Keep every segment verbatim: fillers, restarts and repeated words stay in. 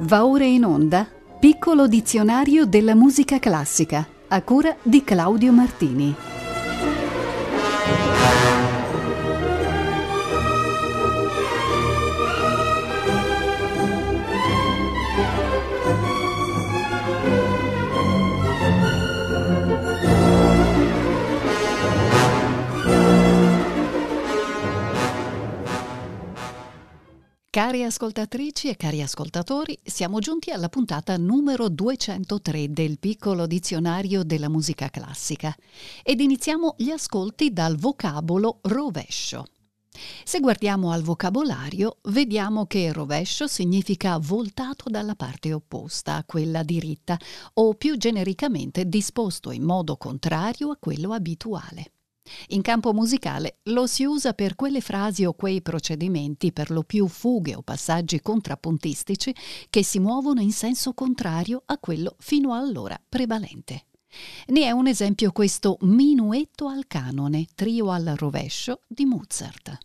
Va ora in onda Piccolo dizionario della musica classica, a cura di Claudio Martini. Cari ascoltatrici e cari ascoltatori, siamo giunti alla puntata numero duecentotre del Piccolo dizionario della musica classica ed iniziamo gli ascolti dal vocabolo rovescio. Se guardiamo al vocabolario, vediamo che rovescio significa voltato dalla parte opposta a quella diritta o più genericamente disposto in modo contrario a quello abituale. In campo musicale lo si usa per quelle frasi o quei procedimenti, per lo più fughe o passaggi contrappuntistici, che si muovono in senso contrario a quello fino allora prevalente. Ne è un esempio questo Minuetto al canone, trio al rovescio di Mozart.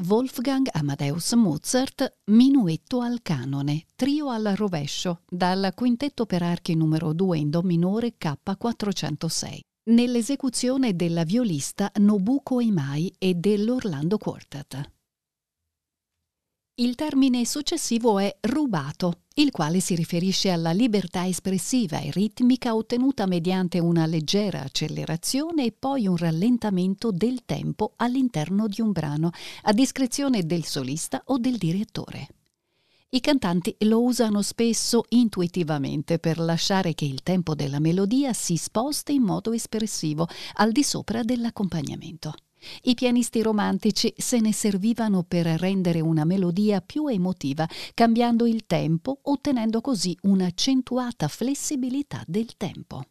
Wolfgang Amadeus Mozart, Minuetto al canone, trio al rovescio, dal quintetto per archi numero due in do minore K quattrocentosei, nell'esecuzione della violista Nobuko Imai e dell'Orlando Quartet. Il termine successivo è rubato, il quale si riferisce alla libertà espressiva e ritmica ottenuta mediante una leggera accelerazione e poi un rallentamento del tempo all'interno di un brano, a discrezione del solista o del direttore. I cantanti lo usano spesso intuitivamente per lasciare che il tempo della melodia si sposti in modo espressivo al di sopra dell'accompagnamento. I pianisti romantici se ne servivano per rendere una melodia più emotiva, cambiando il tempo, ottenendo così un'accentuata flessibilità del tempo.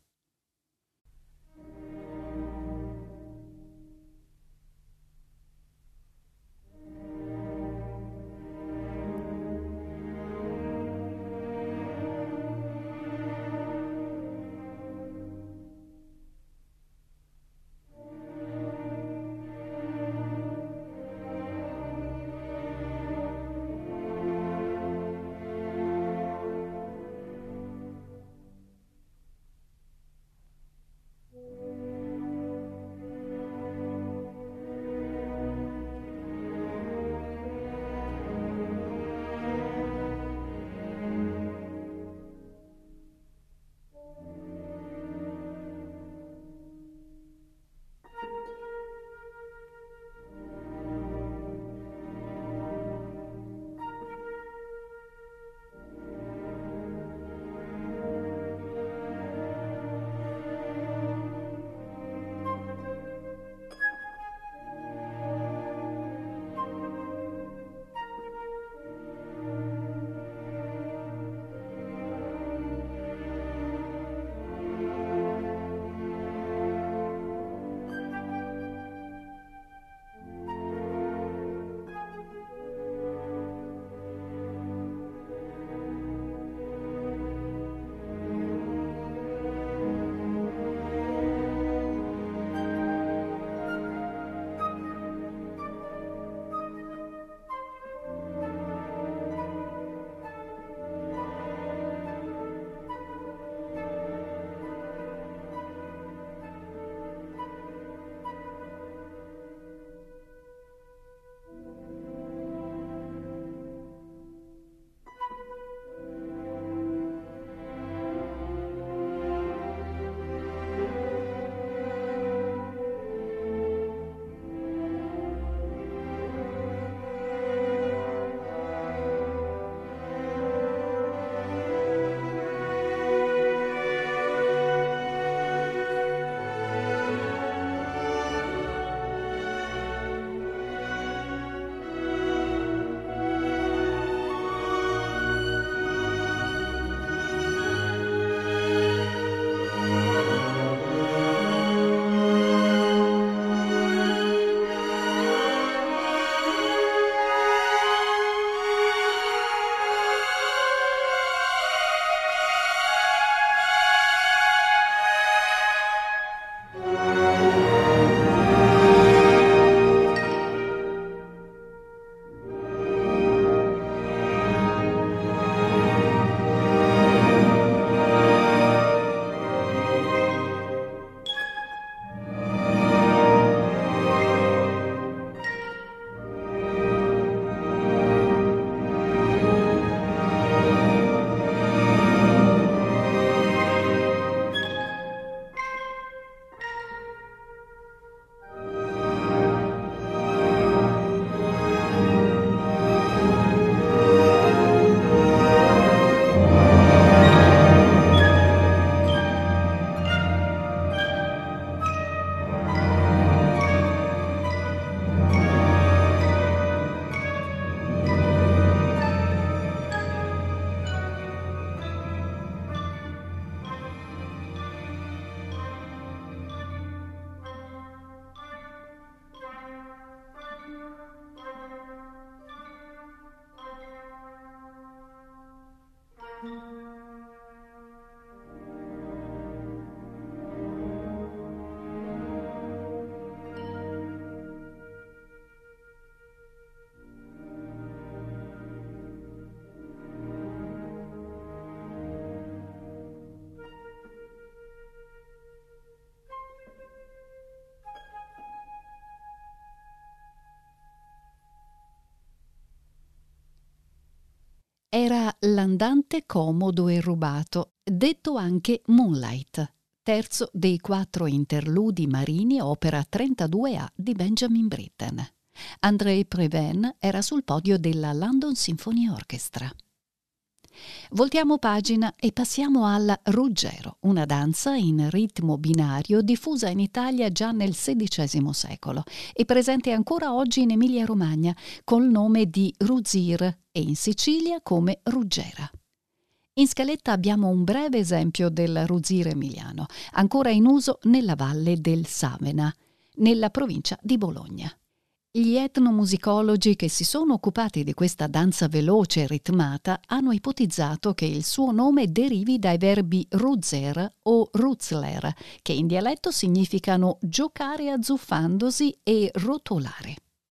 Andante comodo e rubato, detto anche Moonlight, terzo dei quattro interludi marini, opera trentadue A di Benjamin Britten. André Previn era sul podio della London Symphony Orchestra. Voltiamo pagina e passiamo al Ruggero, una danza in ritmo binario diffusa in Italia già nel sedicesimo secolo e presente ancora oggi in Emilia-Romagna col nome di Ruzir e in Sicilia come Ruggera. In scaletta abbiamo un breve esempio del Ruzir emiliano, ancora in uso nella valle del Savena, nella provincia di Bologna. Gli etnomusicologi che si sono occupati di questa danza veloce e ritmata hanno ipotizzato che il suo nome derivi dai verbi ruzer o ruzler, che in dialetto significano giocare azzuffandosi e rotolare.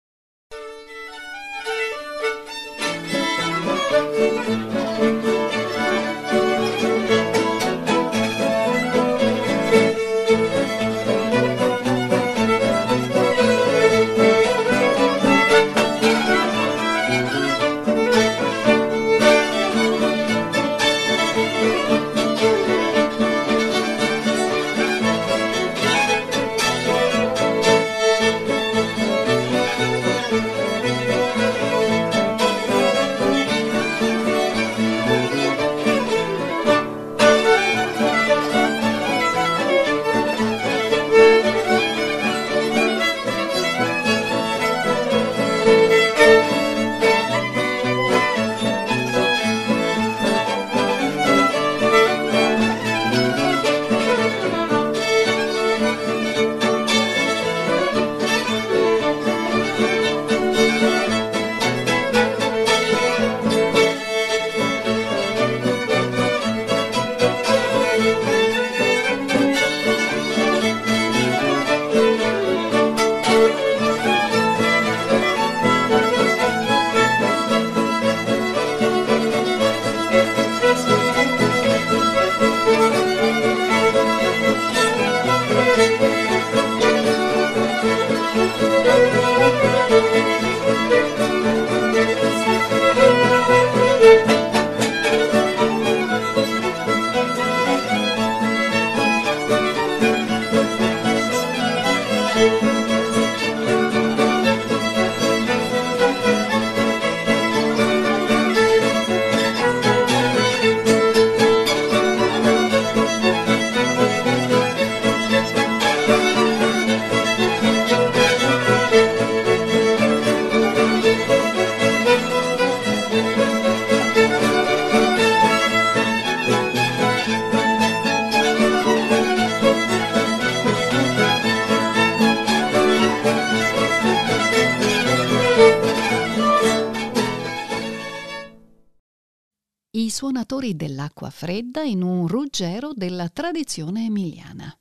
I suonatori dell'acqua fredda in un ruggero della tradizione emiliana.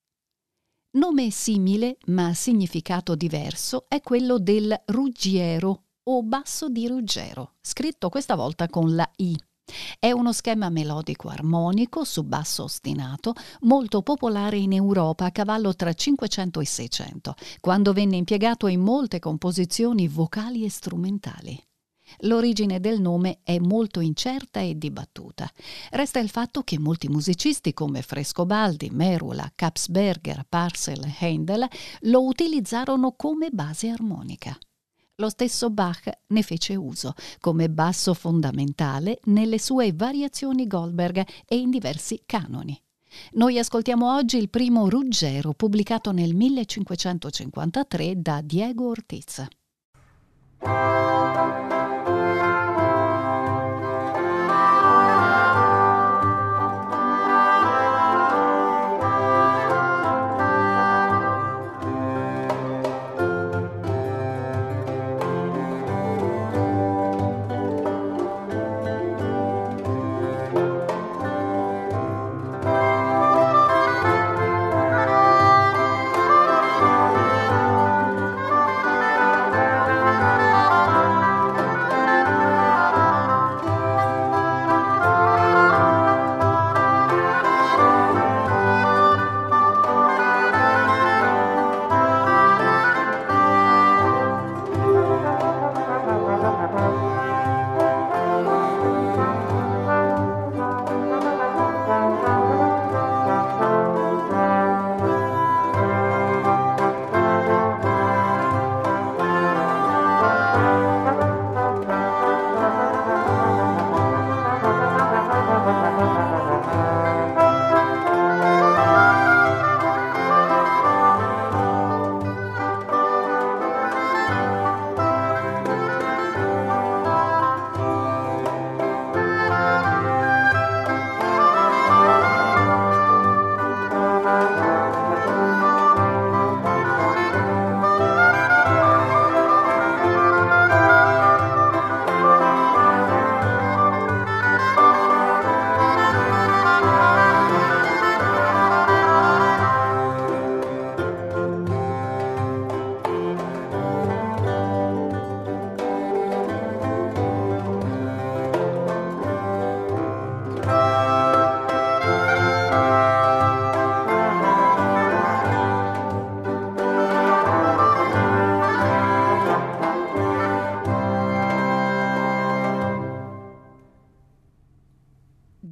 Nome simile ma significato diverso è quello del ruggiero o basso di Ruggero, scritto questa volta con la I. È uno schema melodico armonico su basso ostinato, molto popolare in Europa a cavallo tra cinquecento e seicento, quando venne impiegato in molte composizioni vocali e strumentali. L'origine del nome è molto incerta e dibattuta. Resta il fatto che molti musicisti come Frescobaldi, Merula, Kapsberger, Parcel e Handel lo utilizzarono come base armonica. Lo stesso Bach ne fece uso come basso fondamentale nelle sue variazioni Goldberg e in diversi canoni. Noi ascoltiamo oggi il primo Ruggero pubblicato nel millecinquecentocinquantatré da Diego Ortiz.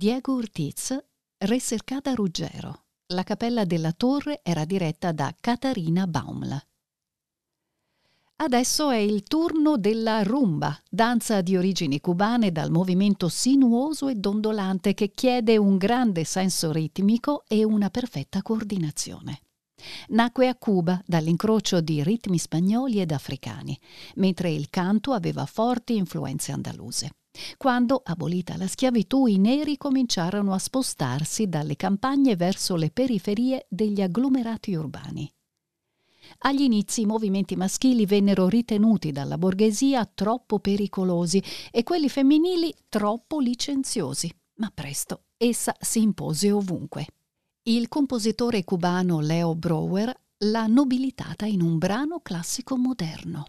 Diego Ortiz, Recercada Ruggero. La cappella della torre era diretta da Catarina Baumla. Adesso è il turno della rumba, danza di origini cubane dal movimento sinuoso e dondolante che chiede un grande senso ritmico e una perfetta coordinazione. Nacque a Cuba dall'incrocio di ritmi spagnoli ed africani, mentre il canto aveva forti influenze andaluse. Quando, abolita la schiavitù, i neri cominciarono a spostarsi dalle campagne verso le periferie degli agglomerati urbani. Agli inizi i movimenti maschili vennero ritenuti dalla borghesia troppo pericolosi e quelli femminili troppo licenziosi, ma presto essa si impose ovunque. Il compositore cubano Leo Brouwer l'ha nobilitata in un brano classico moderno.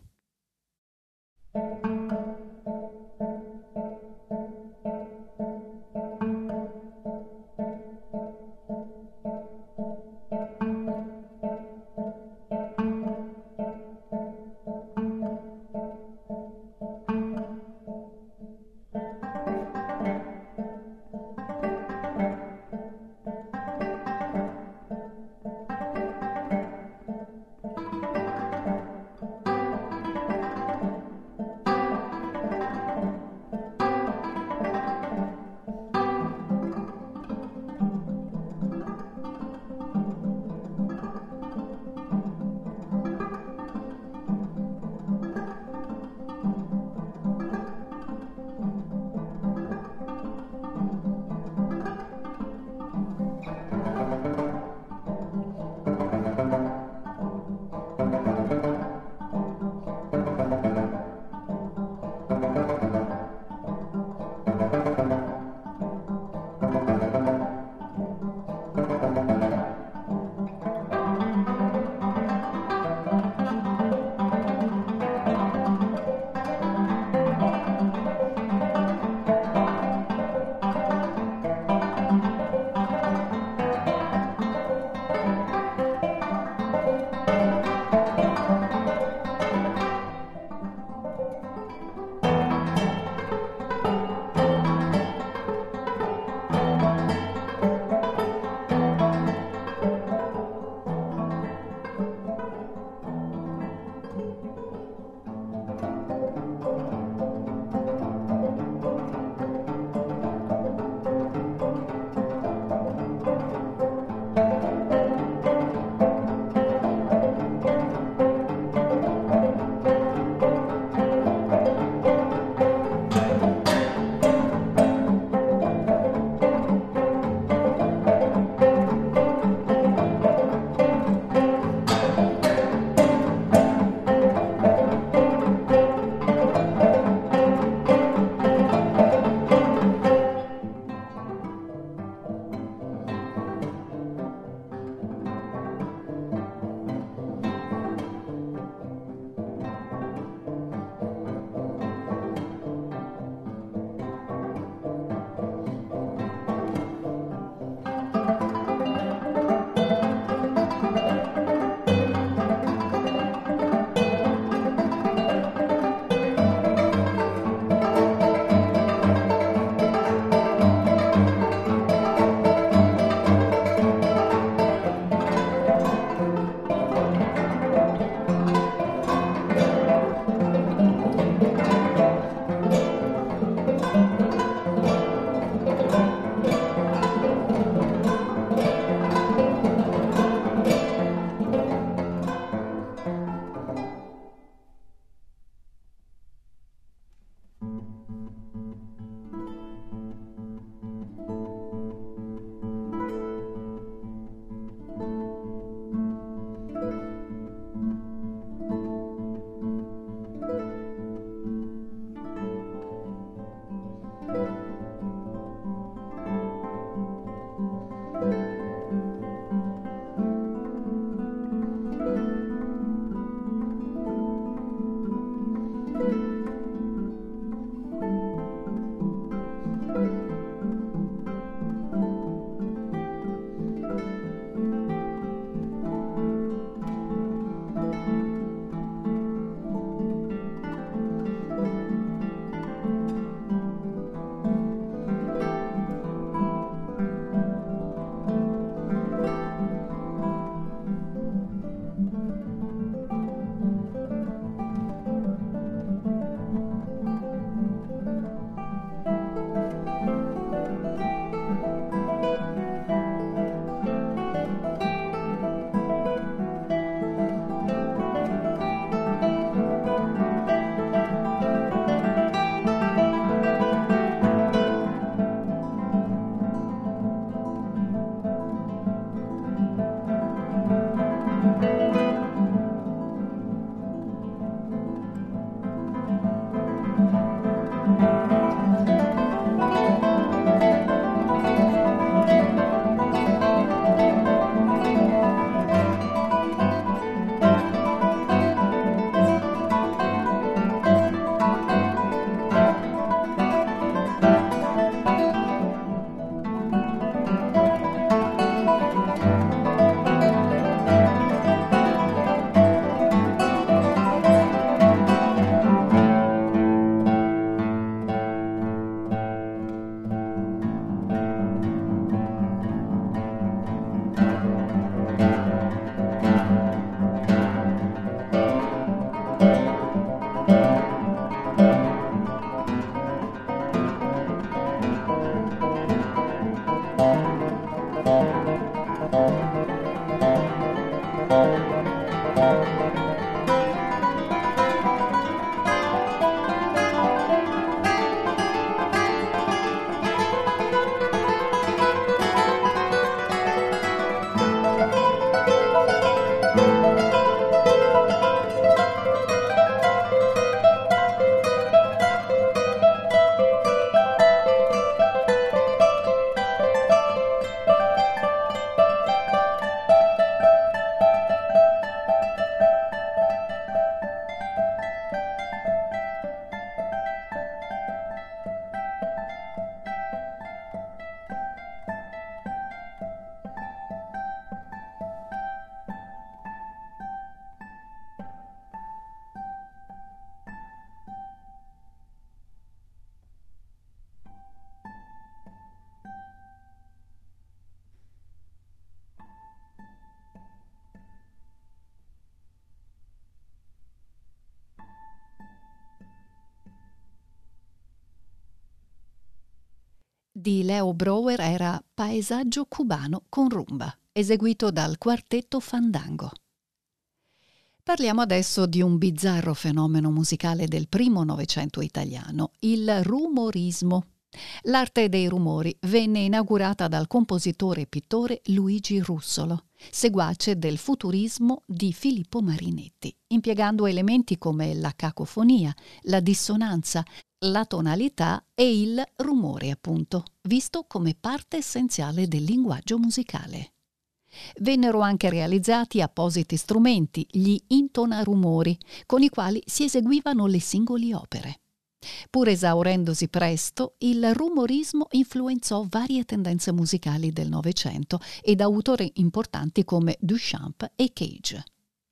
di Leo Brouwer era Paesaggio cubano con rumba, eseguito dal quartetto Fandango. Parliamo adesso di un bizzarro fenomeno musicale del primo Novecento italiano, il rumorismo. L'arte dei rumori venne inaugurata dal compositore e pittore Luigi Russolo, seguace del futurismo di Filippo Marinetti, impiegando elementi come la cacofonia, la dissonanza, la tonalità e il rumore, appunto, visto come parte essenziale del linguaggio musicale. Vennero anche realizzati appositi strumenti, gli intonarumori, con i quali si eseguivano le singole opere. Pur esaurendosi presto, il rumorismo influenzò varie tendenze musicali del Novecento ed autori importanti come Duchamp e Cage.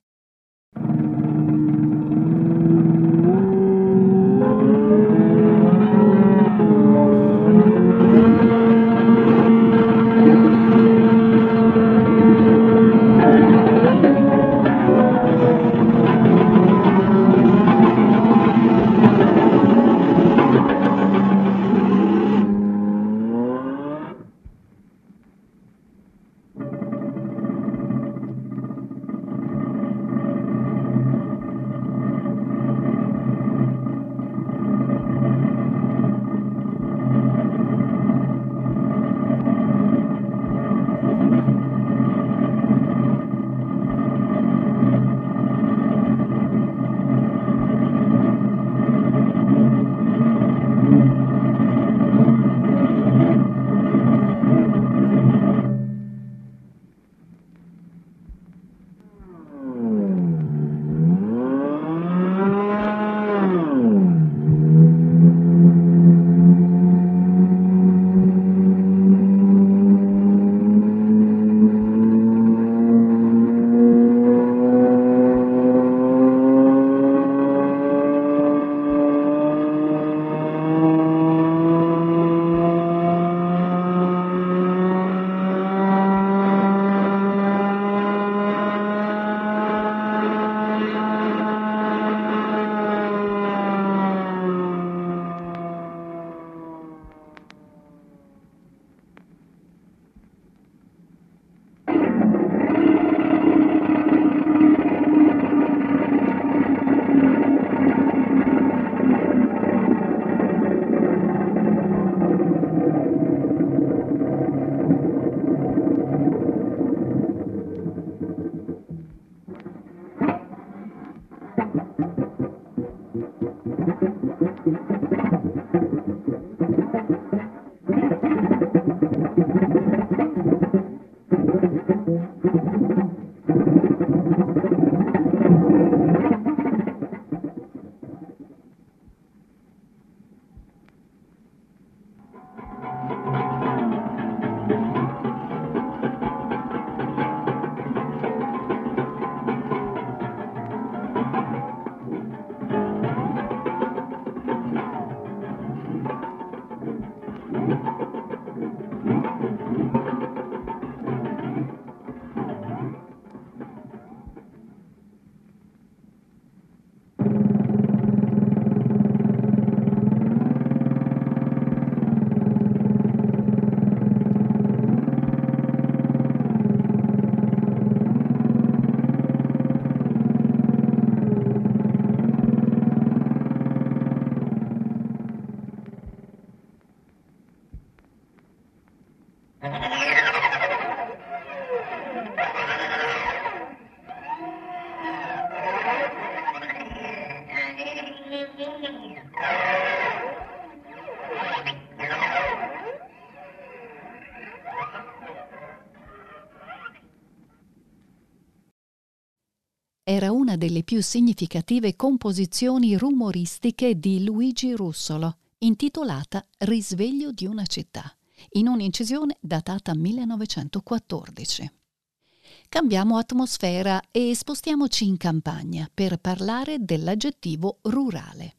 Era una delle più significative composizioni rumoristiche di Luigi Russolo, intitolata Risveglio di una città, in un'incisione datata millenovecentoquattordici. Cambiamo atmosfera e spostiamoci in campagna per parlare dell'aggettivo rurale.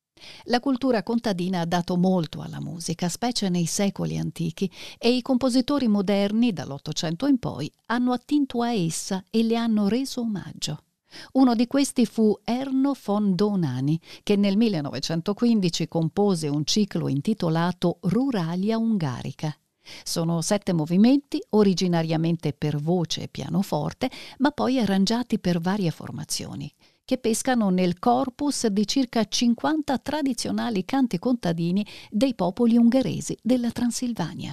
La cultura contadina ha dato molto alla musica, specie nei secoli antichi, e i compositori moderni, dall'Ottocento in poi, hanno attinto a essa e le hanno reso omaggio. Uno di questi fu Erno von Dohnányi, che nel millenovecentoquindici compose un ciclo intitolato Ruralia Ungarica. Sono sette movimenti, originariamente per voce e pianoforte, ma poi arrangiati per varie formazioni, che pescano nel corpus di circa cinquanta tradizionali canti contadini dei popoli ungheresi della Transilvania.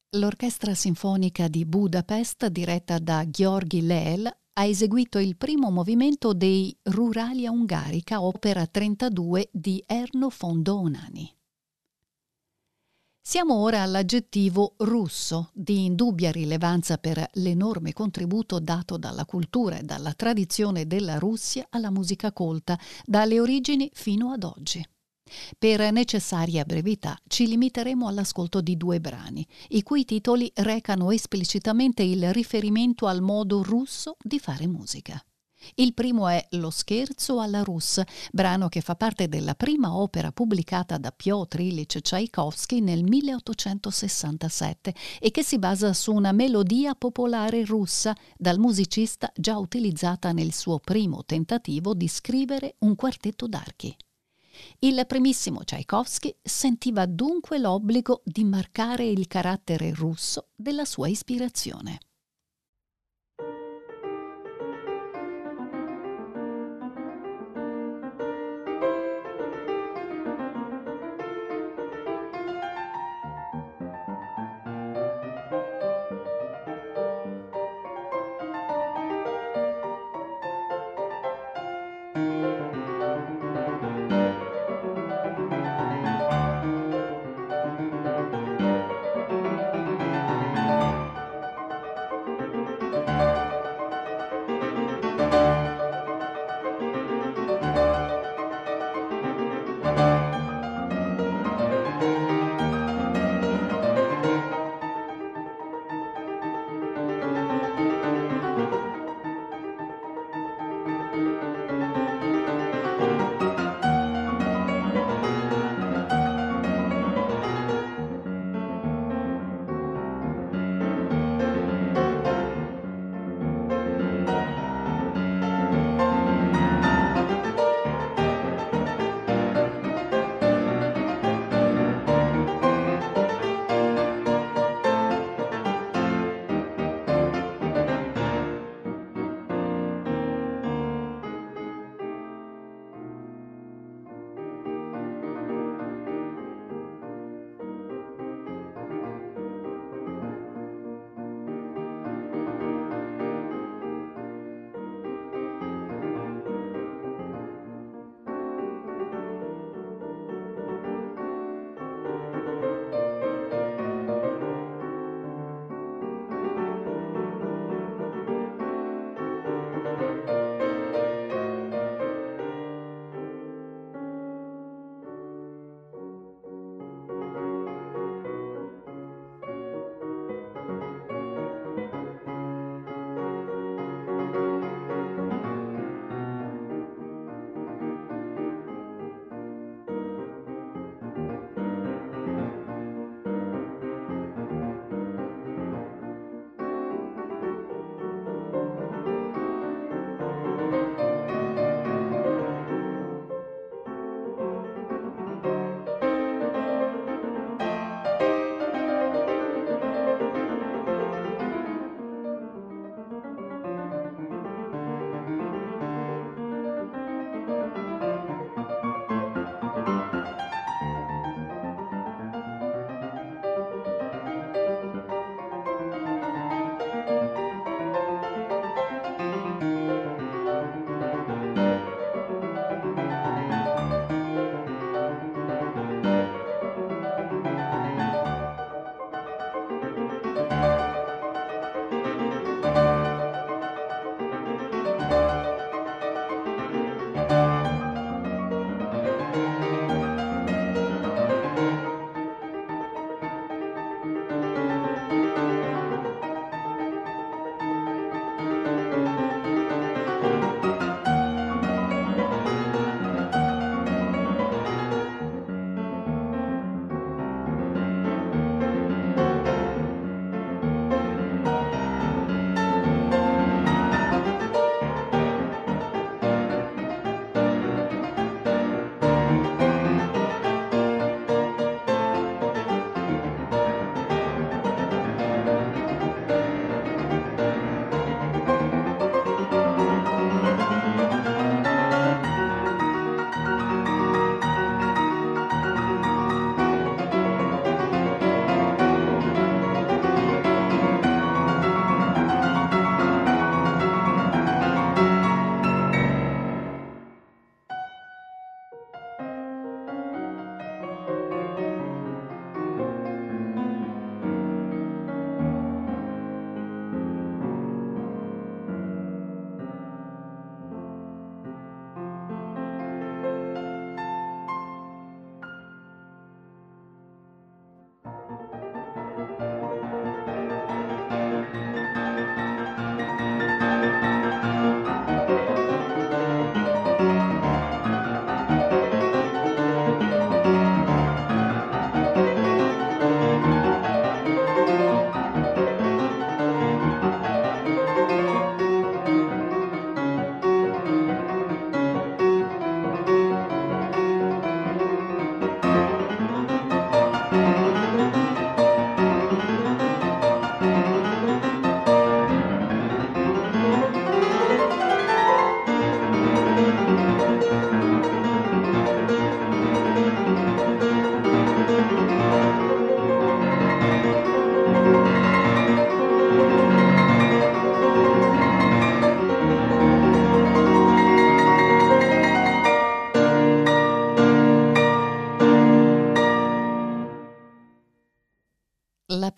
L'Orchestra Sinfonica di Budapest, diretta da György Leel, ha eseguito il primo movimento dei Ruralia Ungarica, opera trentadue di Erno von Dohnányi. Siamo ora all'aggettivo russo, di indubbia rilevanza per l'enorme contributo dato dalla cultura e dalla tradizione della Russia alla musica colta, dalle origini fino ad oggi. Per necessaria brevità ci limiteremo all'ascolto di due brani, i cui titoli recano esplicitamente il riferimento al modo russo di fare musica. Il primo è Lo scherzo alla russa, brano che fa parte della prima opera pubblicata da Piotr Ilyich Tchaikovsky nel milleottocentosessantasette e che si basa su una melodia popolare russa dal musicista già utilizzata nel suo primo tentativo di scrivere un quartetto d'archi. Il primissimo Tchaikovsky sentiva dunque l'obbligo di marcare il carattere russo della sua ispirazione.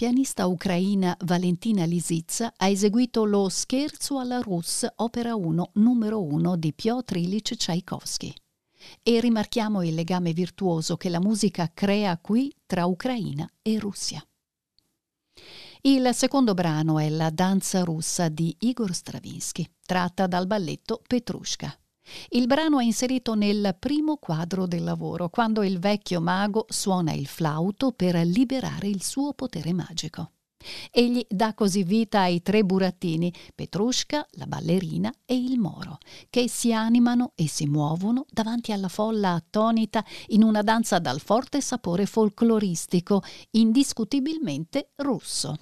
pianista ucraina Valentina Lisitsa ha eseguito lo Scherzo alla Rus, opera uno, numero uno di Piotr Ilyich Tchaikovsky. E rimarchiamo il legame virtuoso che la musica crea qui tra Ucraina e Russia. Il secondo brano è la danza russa di Igor Stravinsky, tratta dal balletto Petrushka. Il brano è inserito nel primo quadro del lavoro, quando il vecchio mago suona il flauto per liberare il suo potere magico. Egli dà così vita ai tre burattini, Petrushka, la ballerina e il moro, che si animano e si muovono davanti alla folla attonita in una danza dal forte sapore folcloristico, indiscutibilmente russo.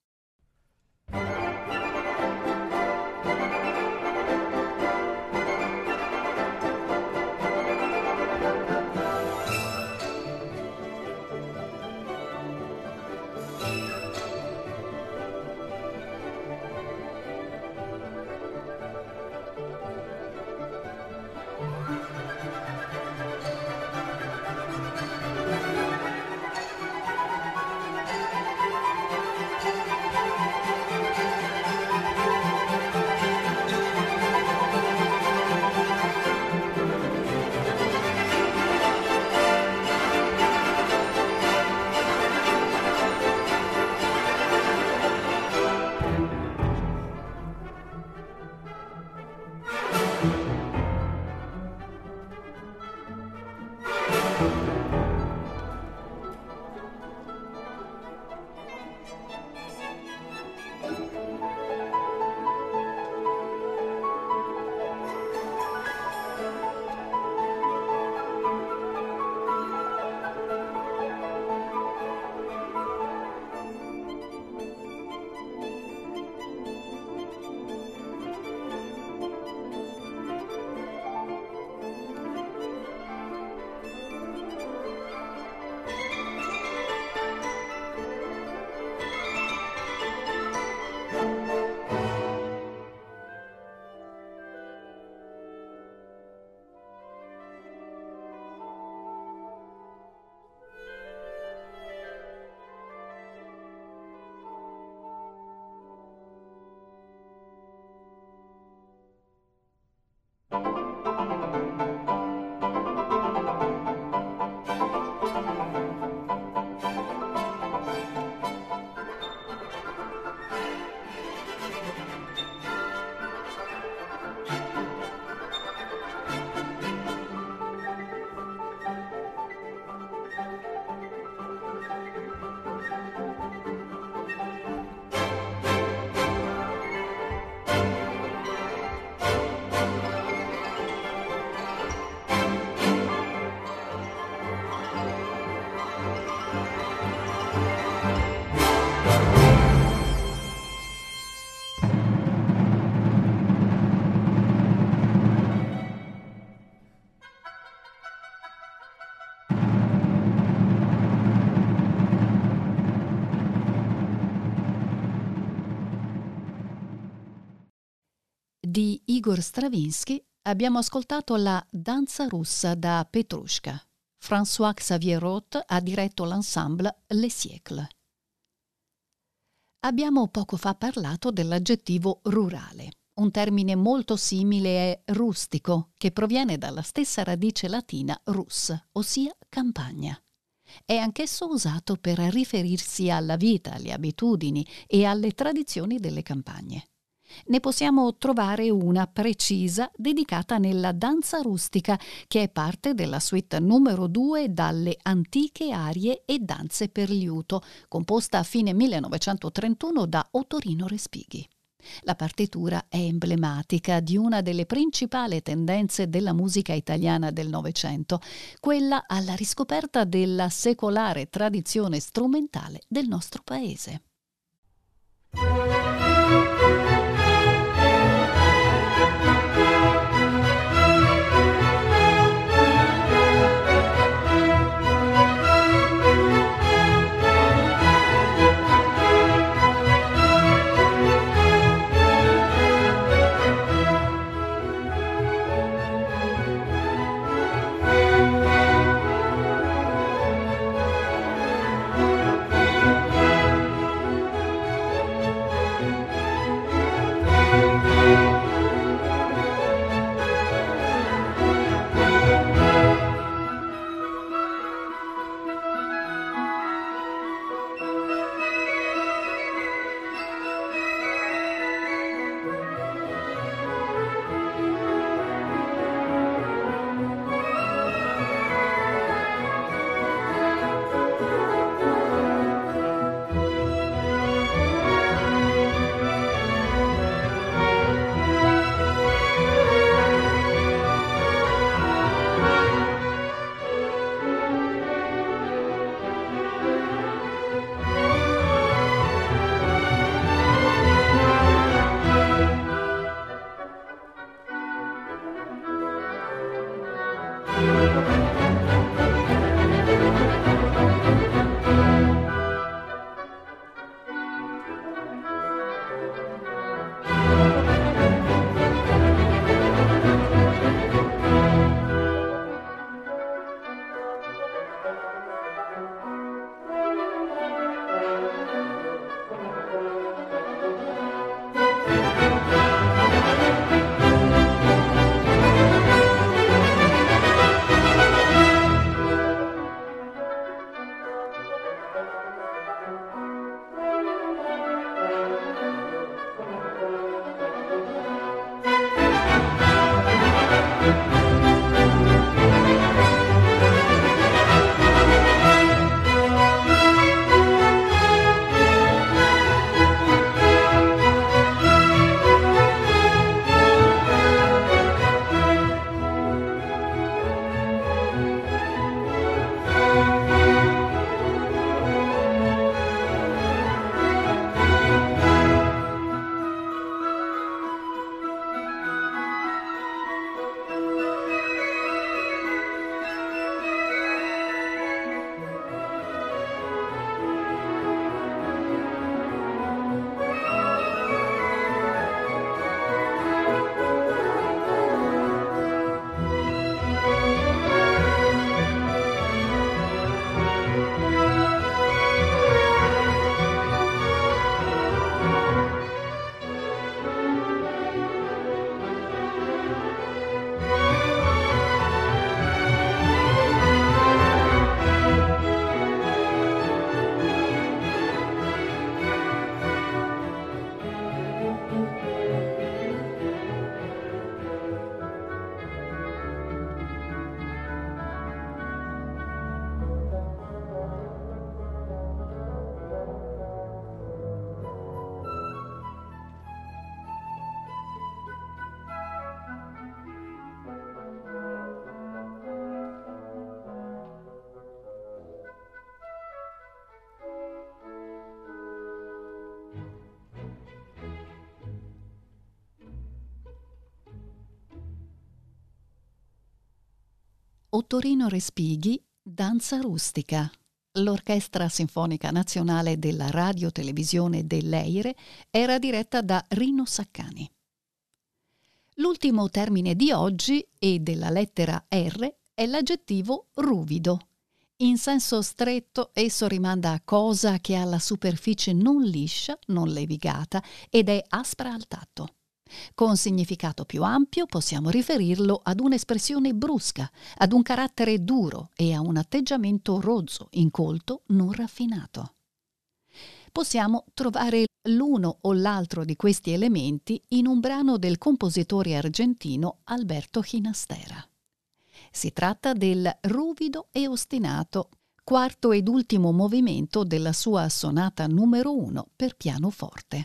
Di Igor Stravinsky abbiamo ascoltato la Danza russa da Petrushka. François-Xavier Roth ha diretto l'ensemble Les Siècles. Abbiamo poco fa parlato dell'aggettivo rurale. Un termine molto simile è rustico, che proviene dalla stessa radice latina rus, ossia campagna. È anch'esso usato per riferirsi alla vita, alle abitudini e alle tradizioni delle campagne. Ne possiamo trovare una precisa dedicata nella danza rustica, che è parte della suite numero due dalle antiche arie e danze per liuto, composta a fine millenovecentotrentuno da Ottorino Respighi. La partitura è emblematica di una delle principali tendenze della musica italiana del Novecento, quella alla riscoperta della secolare tradizione strumentale del nostro paese. Ottorino Respighi, Danza rustica. L'Orchestra Sinfonica Nazionale della Radio-Televisione dell'Eire era diretta da Rino Saccani. L'ultimo termine di oggi e della lettera R è l'aggettivo ruvido. In senso stretto esso rimanda a cosa che ha la superficie non liscia, non levigata ed è aspra al tatto. Con significato più ampio possiamo riferirlo ad un'espressione brusca, ad un carattere duro e a un atteggiamento rozzo, incolto, non raffinato. Possiamo trovare l'uno o l'altro di questi elementi in un brano del compositore argentino Alberto Ginastera. Si tratta del ruvido e ostinato, quarto ed ultimo movimento della sua sonata numero uno per pianoforte.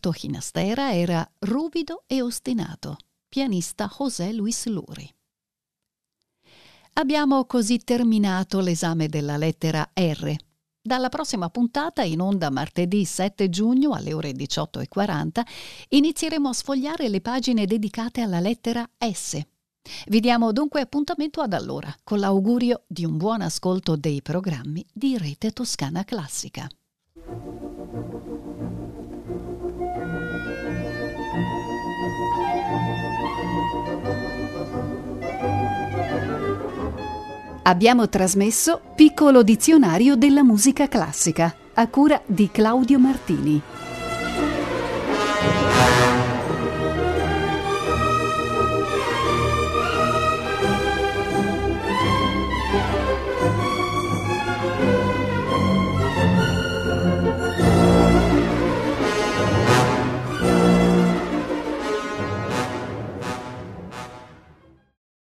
quarto Ginastera era ruvido e ostinato, pianista José Luis Luri. Abbiamo così terminato l'esame della lettera R. Dalla prossima puntata, in onda martedì sette giugno alle ore diciotto e quaranta, inizieremo a sfogliare le pagine dedicate alla lettera S. Vi diamo dunque appuntamento ad allora, con l'augurio di un buon ascolto dei programmi di Rete Toscana Classica. Abbiamo trasmesso Piccolo dizionario della musica classica, a cura di Claudio Martini.